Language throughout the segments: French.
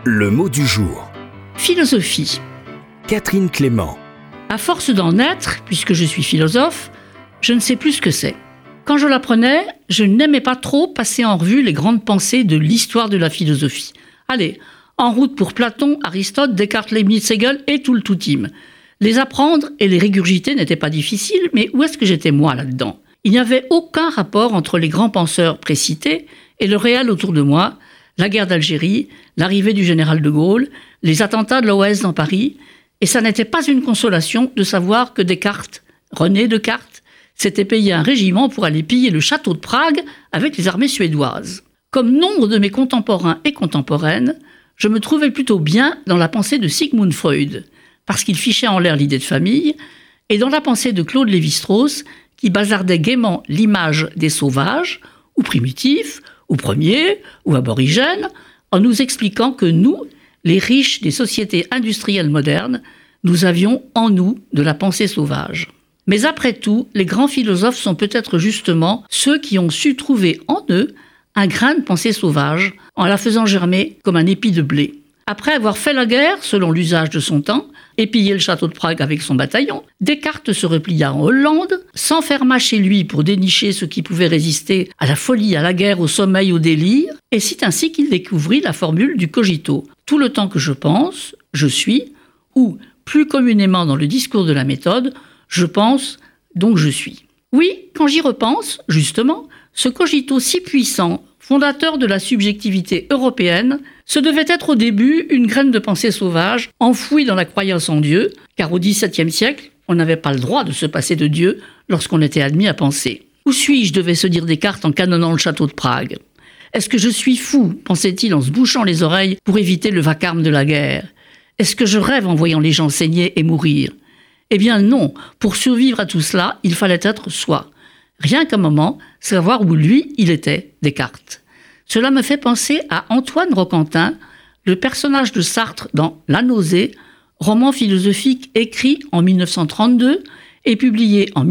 Le mot du jour. Philosophie. Catherine Clément. À force d'en être, puisque je suis philosophe, je ne sais plus ce que c'est. Quand je l'apprenais, je n'aimais pas trop passer en revue les grandes pensées de l'histoire de la philosophie. Allez, en route pour Platon, Aristote, Descartes, Leibniz, Hegel et tout le tout team. Les apprendre et les régurgiter n'était pas difficile, mais où est-ce que j'étais moi là-dedans ? Il n'y avait aucun rapport entre les grands penseurs précités et le réel autour de moi, la guerre d'Algérie, l'arrivée du général de Gaulle, les attentats de l'OAS dans Paris, et ça n'était pas une consolation de savoir que Descartes, René Descartes, s'était payé un régiment pour aller piller le château de Prague avec les armées suédoises. Comme nombre de mes contemporains et contemporaines, je me trouvais plutôt bien dans la pensée de Sigmund Freud, parce qu'il fichait en l'air l'idée de famille, et dans la pensée de Claude Lévi-Strauss, qui bazardait gaiement l'image des sauvages, ou primitifs, ou premiers, ou aborigènes, en nous expliquant que nous, les riches des sociétés industrielles modernes, nous avions en nous de la pensée sauvage. Mais après tout, les grands philosophes sont peut-être justement ceux qui ont su trouver en eux un grain de pensée sauvage, en la faisant germer comme un épi de blé. Après avoir fait la guerre, selon l'usage de son temps, et pillé le château de Prague avec son bataillon, Descartes se replia en Hollande, s'enferma chez lui pour dénicher ce qui pouvait résister à la folie, à la guerre, au sommeil, au délire, et c'est ainsi qu'il découvrit la formule du cogito. Tout le temps que je pense, je suis, ou, plus communément dans le discours de la méthode, je pense, donc je suis. Oui, quand j'y repense, justement, ce cogito si puissant, fondateur de la subjectivité européenne, ce devait être au début une graine de pensée sauvage, enfouie dans la croyance en Dieu, car au XVIIe siècle, on n'avait pas le droit de se passer de Dieu lorsqu'on était admis à penser. Où suis-je, devait se dire Descartes en canonnant le château de Prague. Est-ce que je suis fou, pensait-il en se bouchant les oreilles pour éviter le vacarme de la guerre. Est-ce que je rêve en voyant les gens saigner et mourir ? Eh bien non, pour survivre à tout cela, il fallait être soi. Rien qu'un moment, savoir où lui, il était, Descartes. Cela me fait penser à Antoine Roquentin, le personnage de Sartre dans La nausée, roman philosophique écrit en 1932 et publié en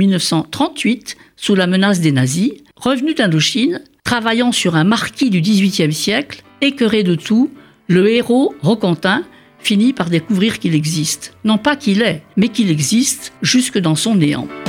1938 sous la menace des nazis, revenu d'Indochine, travaillant sur un marquis du XVIIIe siècle, écœuré de tout, le héros Roquentin finit par découvrir qu'il existe. Non pas qu'il est, mais qu'il existe jusque dans son néant.